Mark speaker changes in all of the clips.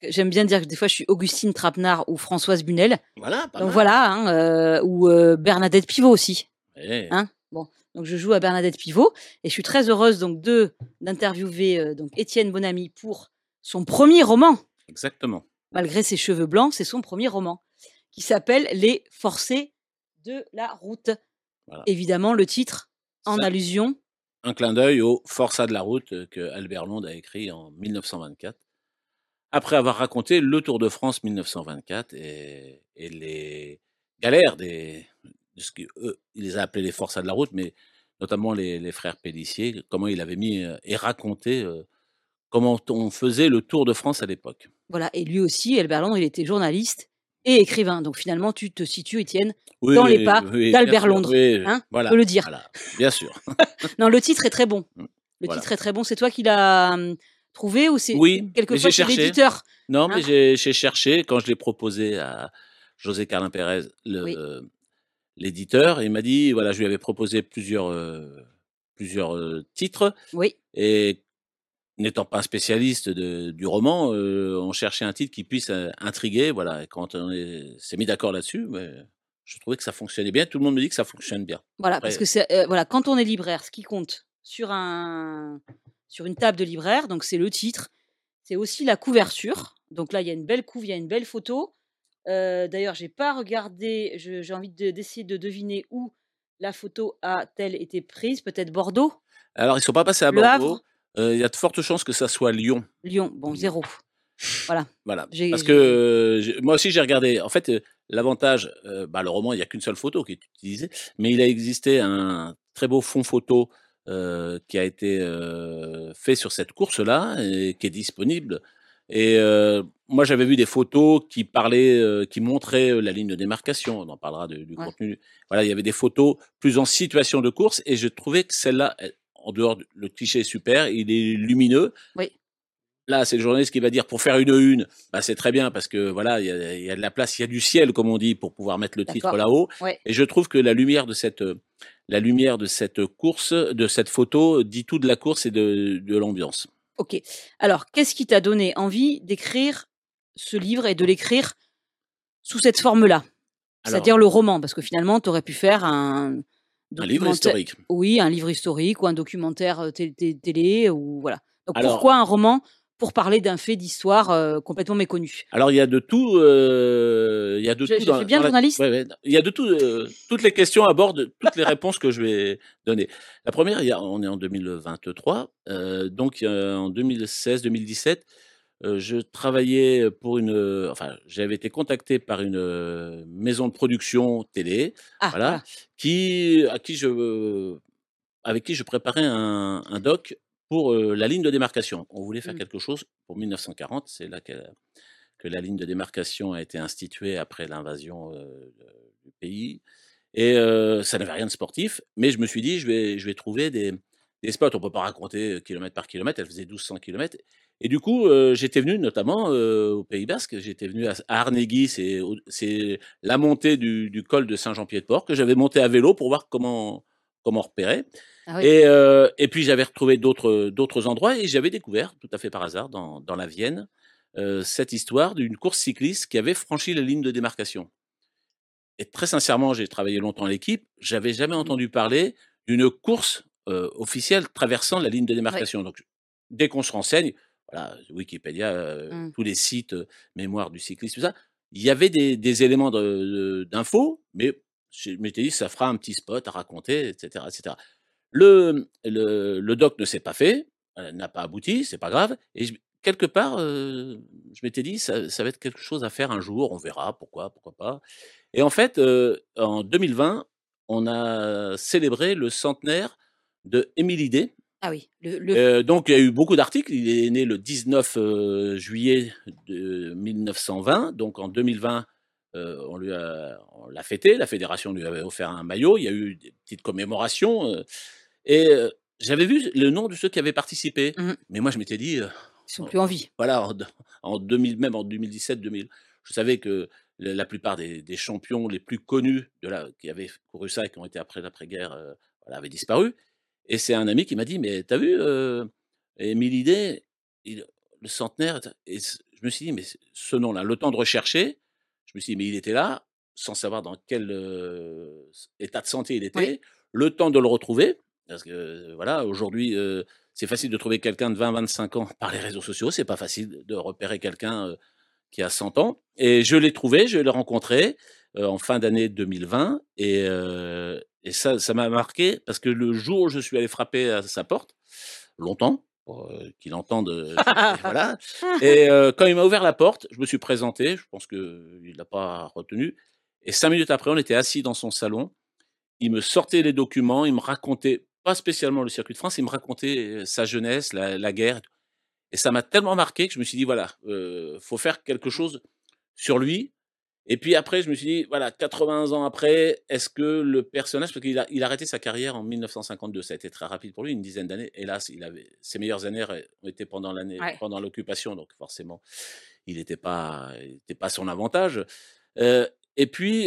Speaker 1: J'aime bien dire que des fois, je suis Augustine Trapenard ou Françoise Bunel.
Speaker 2: Voilà, pas
Speaker 1: Donc
Speaker 2: mal.
Speaker 1: voilà, hein, ou Bernadette Pivot aussi,
Speaker 2: Eh,
Speaker 1: hein. Bon, donc je joue à Bernadette Pivot et je suis très heureuse donc d'interviewer, donc Étienne Bonamy pour son premier roman.
Speaker 2: exactement.
Speaker 1: Malgré ses cheveux blancs, c'est son premier roman qui s'appelle Les Forcés de la route.
Speaker 2: Voilà.
Speaker 1: Évidemment, le titre en
Speaker 2: Ça,
Speaker 1: allusion.
Speaker 2: un clin d'œil au Forçat de la route que Albert Londres a écrit en 1924, après avoir raconté le Tour de France 1924 et les galères de ce qu'eux, il les a appelés les Forçats de la route, mais notamment les frères Pélissier, comment il avait mis et raconté comment on faisait le Tour de France à l'époque.
Speaker 1: Voilà, et lui aussi, Albert Londres, il était journaliste et écrivain. Donc finalement, tu te situes, Étienne,
Speaker 2: Oui,
Speaker 1: dans les pas
Speaker 2: oui, bien
Speaker 1: d'Albert
Speaker 2: sûr,
Speaker 1: Londres,
Speaker 2: oui,
Speaker 1: hein, faut
Speaker 2: voilà,
Speaker 1: le dire.
Speaker 2: voilà, bien sûr.
Speaker 1: Non, le titre est très bon.
Speaker 2: Mmh,
Speaker 1: Le
Speaker 2: voilà.
Speaker 1: titre est très bon. C'est toi qui l'as, trouvé ou c'est
Speaker 2: Oui, mais
Speaker 1: quelquefois
Speaker 2: j'ai
Speaker 1: c'est
Speaker 2: cherché.
Speaker 1: l'éditeur?
Speaker 2: Non, mais
Speaker 1: Hein?
Speaker 2: j'ai cherché quand je l'ai proposé à José Carlin Pérez,
Speaker 1: Oui,
Speaker 2: l'éditeur, et il m'a dit voilà, je lui avais proposé plusieurs, titres
Speaker 1: oui,
Speaker 2: et n'étant pas un spécialiste du roman, on cherchait un titre qui puisse, intriguer, voilà, et quand on s'est mis d'accord là-dessus, beh, je trouvais que ça fonctionnait bien. Tout le monde me dit que ça fonctionne bien.
Speaker 1: voilà, parce
Speaker 2: Après
Speaker 1: que c'est, voilà, quand on est libraire, ce qui compte sur une table de libraire, donc c'est le titre, c'est aussi la couverture. Donc là, il y a une belle couve, il y a une belle photo. D'ailleurs, j'ai pas regardé, j'ai envie d'essayer de deviner où la photo a-t-elle été prise, peut-être Bordeaux?
Speaker 2: alors ils sont pas passés à
Speaker 1: Le
Speaker 2: Bordeaux,
Speaker 1: Havre?
Speaker 2: il y a de fortes chances que ça soit Lyon.
Speaker 1: Lyon? Bon,
Speaker 2: Lyon.
Speaker 1: 0. Voilà.
Speaker 2: Voilà, parce que,
Speaker 1: J'ai
Speaker 2: moi aussi j'ai regardé. En fait, l'avantage, bah, le roman, il y a qu'une seule photo qui est utilisée, mais il a existé un très beau fond photo, qui a été, fait sur cette course-là et qui est disponible, et moi j'avais vu des photos qui parlaient, qui montraient, la ligne de démarcation. On en parlera du
Speaker 1: ouais,
Speaker 2: contenu. Voilà, il y avait des photos plus en situation de course et je trouvais que celle-là, en dehors du le cliché est super, il est lumineux.
Speaker 1: oui,
Speaker 2: Là, c'est le journaliste qui va dire pour faire une, bah, c'est très bien parce que voilà, il y a de la place, il y a du ciel, comme on dit, pour pouvoir mettre le titre
Speaker 1: d'accord.
Speaker 2: là-haut.
Speaker 1: Ouais,
Speaker 2: Et je trouve que la lumière de cette course, de cette photo, dit tout de la course et de l'ambiance.
Speaker 1: OK. Alors, qu'est-ce qui t'a donné envie d'écrire ce livre et de l'écrire sous cette forme-là?
Speaker 2: Alors,
Speaker 1: C'est-à-dire le roman? Parce que finalement, tu aurais pu faire un
Speaker 2: un livre
Speaker 1: documentaire,
Speaker 2: historique.
Speaker 1: oui, un livre historique ou un documentaire, télé ou voilà. Donc
Speaker 2: Alors
Speaker 1: pourquoi un roman pour parler d'un fait d'histoire, complètement méconnu?
Speaker 2: Alors il y a de tout, il y a de tout
Speaker 1: Je fais bien
Speaker 2: dans
Speaker 1: le
Speaker 2: la
Speaker 1: journaliste?
Speaker 2: ouais, ouais, il y a de tout, toutes les questions abordent toutes les réponses que je vais donner. La première, on est en 2023, donc en 2016-2017, je travaillais pour enfin, j'avais été contacté par une, maison de production télé,
Speaker 1: Ah
Speaker 2: voilà,
Speaker 1: voilà.
Speaker 2: qui à qui je avec qui je préparais un doc pour, la ligne de démarcation. On voulait faire
Speaker 1: Mmh.
Speaker 2: quelque chose pour 1940, c'est là que la ligne de démarcation a été instituée après l'invasion, du pays, et ça n'avait rien de sportif, mais je me suis dit: «Je vais trouver des spots». On peut pas raconter, kilomètre par kilomètre, elle faisait 1200 kilomètres, et du coup, j'étais venu notamment, au Pays basque, j'étais venu à Arnegui, c'est la montée du col de Saint-Jean-Pied-de-Port que j'avais monté à vélo pour voir comment repérer,
Speaker 1: Ah oui.
Speaker 2: et puis j'avais retrouvé d'autres endroits, et j'avais découvert, tout à fait par hasard, dans la Vienne, cette histoire d'une course cycliste qui avait franchi la ligne de démarcation, et très sincèrement, j'ai travaillé longtemps à l'équipe, j'avais jamais
Speaker 1: Mmh.
Speaker 2: entendu parler d'une course, officielle traversant la ligne de
Speaker 1: Ouais.
Speaker 2: démarcation. Donc dès qu'on se renseigne, voilà, Wikipédia,
Speaker 1: Mmh.
Speaker 2: tous les sites, mémoire du cycliste, tout ça, il y avait des éléments d'infos, mais je m'étais dit: «Ça fera un petit spot à raconter» et cetera et cetera. Le doc ne s'est pas fait, n'a pas abouti, c'est pas grave, et quelque part, je m'étais dit: «Ça va être quelque chose à faire un jour, on verra, pourquoi pas», et en fait, en 2020, on a célébré le centenaire de Émile Idé.
Speaker 1: Ah oui, le
Speaker 2: Donc il y a eu beaucoup d'articles. Il est né le 19, juillet de 1920, donc en 2020, on l'a fêté. La fédération lui avait offert un maillot. Il y a eu des petites commémorations, et j'avais vu le nom de ceux qui avaient participé,
Speaker 1: mmh,
Speaker 2: mais moi je m'étais dit,
Speaker 1: ils sont plus en vie.
Speaker 2: voilà, en 2000, même en 2017-2000, je savais que la plupart des champions les plus connus qui avaient couru ça et qui ont été après l'après-guerre, voilà, avaient disparu, et c'est un ami qui m'a dit: «Mais tu as vu, Émile Idé, il le centenaire?» Et je me suis dit: «Mais ce nom-là», le temps de rechercher, je me suis dit: «Mais il était là», sans savoir dans quel, état de santé il
Speaker 1: Oui.
Speaker 2: était. Le temps de le retrouver, parce que, voilà, aujourd'hui, c'est facile de trouver quelqu'un de 20-25 ans par les réseaux sociaux. C'est pas facile de repérer quelqu'un, qui a 100 ans et je l'ai trouvé, je l'ai rencontré, en fin d'année 2020 et ça m'a marqué parce que le jour où je suis allé frapper à sa porte, longtemps, pour, qu'il entende, et voilà et quand il m'a ouvert la porte, je me suis présenté, je pense qu'il l'a pas retenu et 5 minutes après, on était assis dans son salon. Il me sortait les documents, il me racontait, pas spécialement le circuit de France, il me racontait, sa jeunesse, la guerre et tout et ça m'a tellement marqué que je me suis dit: «Voilà, faut faire quelque chose sur lui». Et puis après, je me suis dit: «Voilà, 80 ans après, est-ce que le personnage» parce qu'il a arrêté sa carrière en 1952, ça a été très rapide pour lui, une dizaine d'années. Hélas, il avait ses meilleures années ont été
Speaker 1: Ouais.
Speaker 2: pendant l'occupation, donc forcément, il était pas à son avantage. Heu et puis,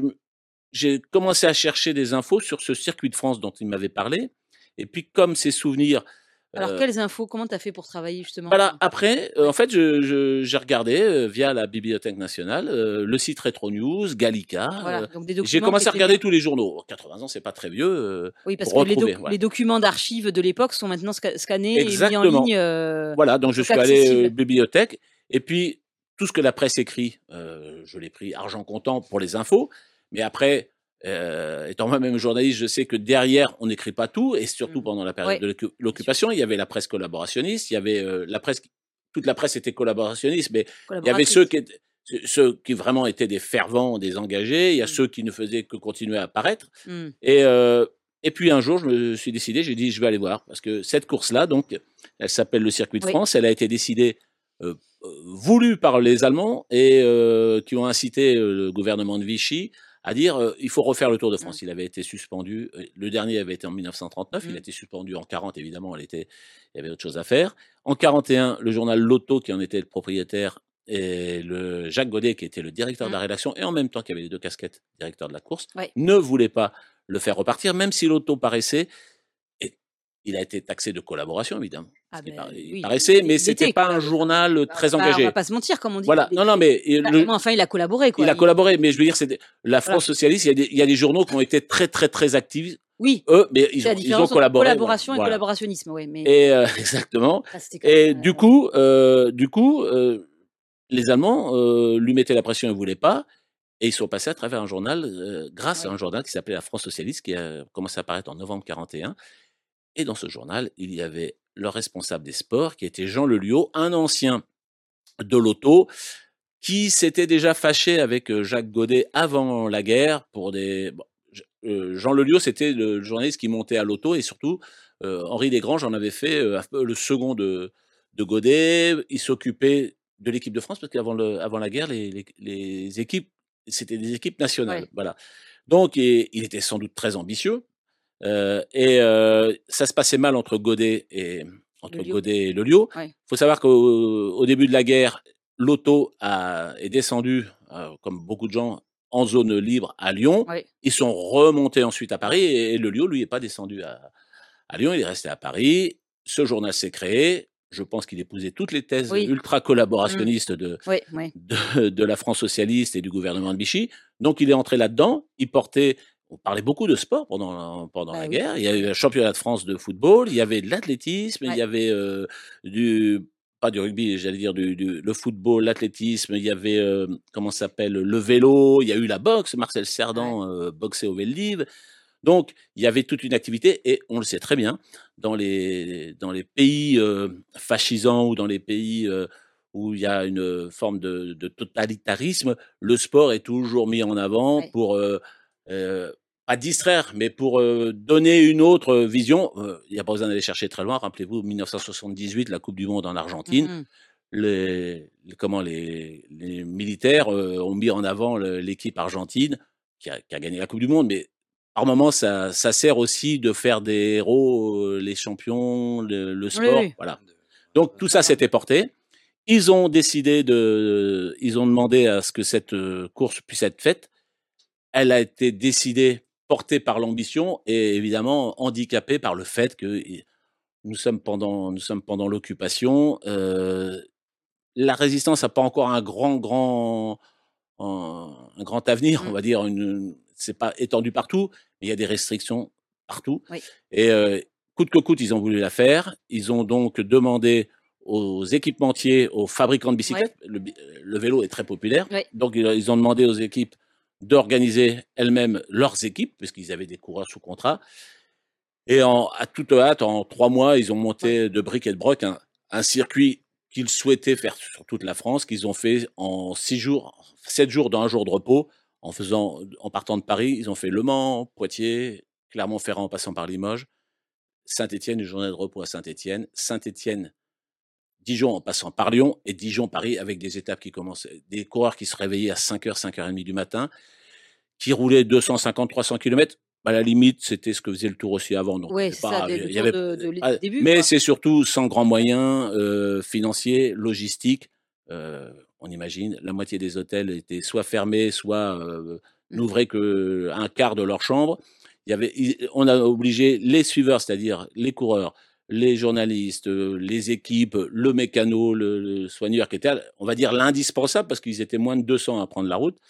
Speaker 2: j'ai commencé à chercher des infos sur ce circuit de France dont il m'avait parlé et puis comme ses souvenirs,
Speaker 1: Alors
Speaker 2: heu
Speaker 1: quelles infos? Comment tu as fait pour travailler justement
Speaker 2: voilà,
Speaker 1: ça?
Speaker 2: après,
Speaker 1: Ouais.
Speaker 2: en fait, j'ai regardé, via la Bibliothèque nationale, le site Retro News, Gallica,
Speaker 1: Voilà, donc des
Speaker 2: j'ai
Speaker 1: documents qui
Speaker 2: commencé à
Speaker 1: étaient
Speaker 2: regarder
Speaker 1: bien.
Speaker 2: tous les journaux. 80 ans, c'est pas très vieux,
Speaker 1: Oui, parce
Speaker 2: pour
Speaker 1: que
Speaker 2: retrouver, voilà.
Speaker 1: les documents d'archives de l'époque sont maintenant scannés et mis en ligne,
Speaker 2: Exactement. Voilà, donc je
Speaker 1: donc
Speaker 2: suis allé,
Speaker 1: accessibles.
Speaker 2: bibliothèque et puis tout ce que la presse écrit, je l'ai pris argent comptant pour les infos, mais après, étant moi-même journaliste, je sais que derrière, on n'écrit pas tout et surtout
Speaker 1: Mmh.
Speaker 2: pendant la période
Speaker 1: Ouais,
Speaker 2: de
Speaker 1: bien sûr.
Speaker 2: l'occupation, il y avait la presse collaborationniste, il y avait, la presse toute la presse était collaborationniste, mais il y avait
Speaker 1: Collaboratrice.
Speaker 2: ceux qui vraiment étaient des fervents, des engagés, il y a
Speaker 1: Mmh.
Speaker 2: ceux qui ne faisaient que continuer à paraître
Speaker 1: Mmh.
Speaker 2: et heu et puis un jour, je me suis décidé, j'ai dit: «Je vais aller voir» parce que cette course-là donc, elle s'appelle le Circuit de
Speaker 1: Oui.
Speaker 2: France. Elle a été décidée, voulue par les Allemands et qui ont incité, le gouvernement de Vichy à dire, «Il faut refaire le Tour de
Speaker 1: Mmh.
Speaker 2: France». Il avait été suspendu, le dernier avait été en 1939, il a
Speaker 1: Mmh.
Speaker 2: été suspendu en 40 évidemment, il y avait autre chose à faire. En 41, le journal L'Auto qui en était le propriétaire et le Jacques Godet qui était le directeur de
Speaker 1: Mmh.
Speaker 2: la rédaction et en même temps qui avait les 2 casquettes, directeur de la course,
Speaker 1: Ouais.
Speaker 2: ne voulait pas le faire repartir, même si L'Auto paraissait et il a été taxé de collaboration évidemment, parce
Speaker 1: Ah
Speaker 2: qu'il
Speaker 1: ben
Speaker 2: il
Speaker 1: oui,
Speaker 2: paraissait, mais
Speaker 1: il
Speaker 2: c'était
Speaker 1: l'était
Speaker 2: pas
Speaker 1: quand
Speaker 2: un
Speaker 1: même, enfin,
Speaker 2: journal, très
Speaker 1: on va
Speaker 2: engagé.
Speaker 1: pas se mentir comme on dit,
Speaker 2: Voilà,
Speaker 1: il
Speaker 2: non, non,
Speaker 1: était
Speaker 2: mais
Speaker 1: mais enfin il a collaboré
Speaker 2: il
Speaker 1: quoi,
Speaker 2: a collaboré, mais je veux dire, c'était la
Speaker 1: voilà.
Speaker 2: France socialiste, il y a des journaux qui ont été très, très, très actifs,
Speaker 1: Oui,
Speaker 2: eux, mais
Speaker 1: c'est la
Speaker 2: ils ont
Speaker 1: différence entre
Speaker 2: collaboré, voilà,
Speaker 1: collaboration et
Speaker 2: voilà
Speaker 1: collaborationnisme, ouais, mais
Speaker 2: et exactement
Speaker 1: là c'était quand
Speaker 2: et
Speaker 1: même,
Speaker 2: les Allemands, lui mettaient la pression, ils voulaient pas et ils sont passés à travers un journal, grâce à
Speaker 1: oui.
Speaker 2: un journal qui s'appelait La France socialiste, qui a commencé à apparaître en novembre 41 et dans ce journal, il y avait le responsable des sports qui était Jean Lelio, un ancien de l'auto qui s'était déjà fâché avec, Jacques Godet avant la guerre pour des bon, Jean Lelio, c'était le journaliste qui montait à l'auto et surtout, Henri Desgranges en avait fait, un peu le second de Godet. Il s'occupait de l'équipe de France parce avant la guerre, les équipes, c'était des équipes nationales,
Speaker 1: Ouais,
Speaker 2: voilà. Donc il était sans doute très ambitieux, ça se passait mal
Speaker 1: le
Speaker 2: entre
Speaker 1: lieu,
Speaker 2: Godet et Lelio.
Speaker 1: ouais.
Speaker 2: Faut savoir qu'au début de la guerre, l'auto est descendu, comme beaucoup de gens, en zone libre à Lyon.
Speaker 1: Ouais.
Speaker 2: Ils sont remontés ensuite à Paris et Lelio, lui, est pas descendu à Lyon, il est resté à Paris. Ce journal s'est créé. Je pense qu'il épousait toutes les thèses
Speaker 1: Oui.
Speaker 2: ultra
Speaker 1: Mmh.
Speaker 2: collaborationnistes de
Speaker 1: Ouais, ouais.
Speaker 2: de la France socialiste et du gouvernement de Vichy. Donc il est entré là-dedans. On parlait beaucoup de sport pendant
Speaker 1: Bah
Speaker 2: la
Speaker 1: oui,
Speaker 2: guerre. Il y avait
Speaker 1: ouais,
Speaker 2: un championnat de France de football, il y avait de l'athlétisme, il
Speaker 1: ouais,
Speaker 2: y avait, du pas du rugby, j'allais dire le football, l'athlétisme, il y avait, comment ça s'appelle? Le vélo, il y a eu la boxe, Marcel
Speaker 1: ouais.
Speaker 2: Cerdan, boxait au Veldiv. Donc il y avait toute une activité et on le sait très bien, dans les pays, fascisants ou dans les pays, où il y a une forme de totalitarisme, le sport est toujours mis en avant
Speaker 1: Ouais.
Speaker 2: pour, heu, pas distraire, mais pour, donner une autre vision. Il y a pas besoin d'aller chercher très loin. Rappelez-vous 1978, la coupe du monde en Argentine,
Speaker 1: Mmh.
Speaker 2: les militaires, ont mis en avant l'équipe argentine qui a gagné la coupe du monde, mais par moments, ça sert aussi de faire des héros, les champions, le
Speaker 1: Oui,
Speaker 2: sport,
Speaker 1: oui.
Speaker 2: voilà. Donc tout ça s'était porté. Ils ont demandé à ce que cette, course puisse être faite. Elle a été décidée, portée par l'ambition et évidemment handicapée par le fait que nous sommes pendant l'occupation, la résistance n'a pas encore un grand avenir, on
Speaker 1: Mmh.
Speaker 2: va dire. C'est pas étendu partout, mais il y a des restrictions partout.
Speaker 1: Oui.
Speaker 2: Et coûte que coûte, ils ont voulu la faire. Ils ont donc demandé aux équipementiers, aux fabricants de
Speaker 1: Ouais.
Speaker 2: bicyclettes, le vélo est très populaire,
Speaker 1: Ouais.
Speaker 2: donc ils ont demandé aux équipes d'organiser elles-mêmes leurs équipes, puisqu'ils avaient des coureurs sous contrat. Et à toute hâte, en 3 mois, ils ont
Speaker 1: Ouais.
Speaker 2: monté de briques et de broc un circuit qu'ils souhaitaient faire sur toute la France, qu'ils ont fait en 6 jours, 7 jours dans un jour de repos, en partant de Paris. Ils ont fait Le Mans, Poitiers, Clermont-Ferrand en passant par Limoges, Saint-Étienne, une journée de repos à Saint-Étienne, Saint-Étienne, Dijon en passant par Lyon et Dijon-Paris avec des étapes qui commençaient, des coureurs qui se réveillaient à 5h, 5h30 du matin, qui roulaient 250, 300 km. À la limite, c'était ce que faisait le Tour aussi avant. Donc,
Speaker 1: Ouais, c'est ça, le
Speaker 2: il y
Speaker 1: tour
Speaker 2: avait,
Speaker 1: du début,
Speaker 2: mais
Speaker 1: quoi.
Speaker 2: c'est surtout sans grands moyens financiers, logistiques. On imagine, la moitié des hôtels étaient soit fermés, soit
Speaker 1: Mmh.
Speaker 2: n'ouvraient qu'un quart de leur chambre. On a obligé les suiveurs, c'est-à-dire les coureurs, les journalistes, les équipes, le mécano, le soigneur qui était, on va dire, l'indispensable parce qu'ils étaient moins de 200 à prendre la route.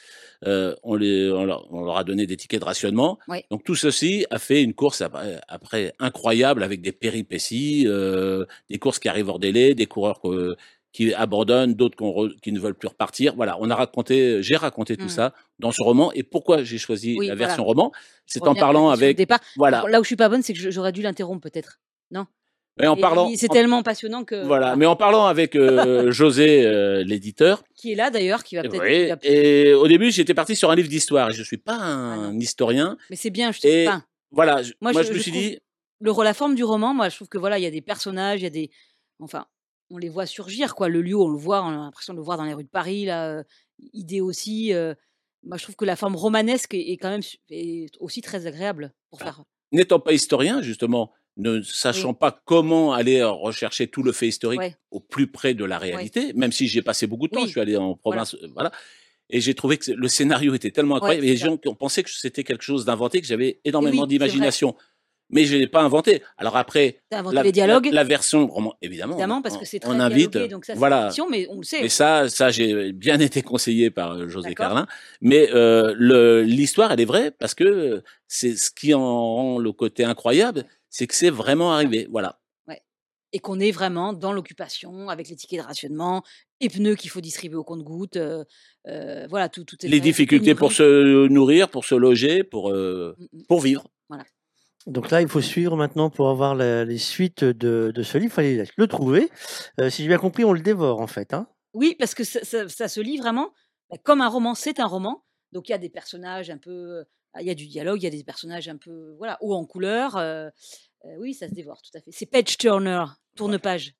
Speaker 2: On leur a donné des tickets de rationnement.
Speaker 1: Ouais.
Speaker 2: Donc tout ceci a fait une course après incroyable avec des péripéties, des courses qui arrivent hors délai, des coureurs qui abandonnent, d'autres qui ne veulent plus repartir. Voilà, j'ai raconté tout
Speaker 1: Mmh.
Speaker 2: ça dans ce roman. Et pourquoi j'ai choisi
Speaker 1: Oui,
Speaker 2: la
Speaker 1: voilà.
Speaker 2: version roman?
Speaker 1: Pour
Speaker 2: C'est en
Speaker 1: revenir à la
Speaker 2: parlant
Speaker 1: question de
Speaker 2: avec,
Speaker 1: départ. Alors
Speaker 2: voilà,
Speaker 1: là où je suis pas bonne, c'est que j'aurais dû l'interrompre peut-être, non?
Speaker 2: mais en
Speaker 1: Et
Speaker 2: parlant,
Speaker 1: c'est tellement passionnant que
Speaker 2: voilà,
Speaker 1: voilà.
Speaker 2: mais en parlant avec José, l'éditeur.
Speaker 1: Qui est là d'ailleurs, qui va peut-être qui
Speaker 2: Oui,
Speaker 1: va
Speaker 2: et au début, j'étais parti sur un livre d'histoire et je suis pas
Speaker 1: ah non,
Speaker 2: un historien.
Speaker 1: mais c'est bien justement
Speaker 2: Et
Speaker 1: enfin,
Speaker 2: voilà,
Speaker 1: moi
Speaker 2: moi je me
Speaker 1: je
Speaker 2: suis
Speaker 1: trouve
Speaker 2: dit,
Speaker 1: la forme du roman, moi je trouve que voilà, il y a des personnages, il y a des enfin, on les voit surgir quoi. Le lieu, on le voit, on a l'impression de le voir dans les rues de Paris là, Idée aussi, moi je trouve que la forme romanesque est quand même est aussi très agréable pour
Speaker 2: bah,
Speaker 1: faire
Speaker 2: n'étant pas historien, justement, ne sachant
Speaker 1: oui,
Speaker 2: pas comment aller rechercher tout le fait historique
Speaker 1: ouais,
Speaker 2: au plus près de la
Speaker 1: ouais,
Speaker 2: réalité, même si j'y ai passé beaucoup de temps, je
Speaker 1: oui,
Speaker 2: suis allé en
Speaker 1: voilà,
Speaker 2: province, voilà, et j'ai trouvé que le scénario était tellement
Speaker 1: ouais,
Speaker 2: incroyable. Il y
Speaker 1: c'est
Speaker 2: a des
Speaker 1: ça.
Speaker 2: gens qui ont pensé que c'était quelque chose d'inventé, que j'avais
Speaker 1: Et
Speaker 2: énormément
Speaker 1: oui, c'est vrai.
Speaker 2: d'imagination. Mais je l'ai pas inventé. Alors après,
Speaker 1: Tu as inventé les dialogues,
Speaker 2: la version roman, évidemment,
Speaker 1: évidemment parce que c'est
Speaker 2: on
Speaker 1: très
Speaker 2: invite,
Speaker 1: dialogué, donc ça c'est
Speaker 2: voilà.
Speaker 1: fiction, mais on le
Speaker 2: Mais
Speaker 1: sait.
Speaker 2: ça, j'ai bien été conseillé par José
Speaker 1: D'accord.
Speaker 2: Carlin. Mais l'histoire, elle est vraie parce que c'est ce qui en rend le côté incroyable,
Speaker 1: Ouais,
Speaker 2: c'est que c'est vraiment
Speaker 1: ça,
Speaker 2: arrivé. Voilà.
Speaker 1: ouais et qu'on est vraiment dans l'occupation avec les tickets de rationnement, les pneus qu'il faut distribuer au compte-gouttes, voilà, toutes ces
Speaker 2: Les difficultés pour
Speaker 1: pénuries.
Speaker 2: se nourrir, pour se loger,
Speaker 1: Mmh mh.
Speaker 2: pour vivre.
Speaker 1: Voilà.
Speaker 3: Donc là, il faut suivre maintenant pour avoir les suites de ce livre. Il fallait le trouver. Si j'ai bien compris, on le dévore en fait, hein?
Speaker 1: Oui, parce que ça se lit vraiment, bah, comme un roman, c'est un roman. Donc il y a des personnages un peu, il y a du dialogue, il y a des personnages un peu, voilà, haut en couleur, oui, ça se dévore, tout à fait. C'est page turner,
Speaker 2: Voilà.
Speaker 1: tourne-page.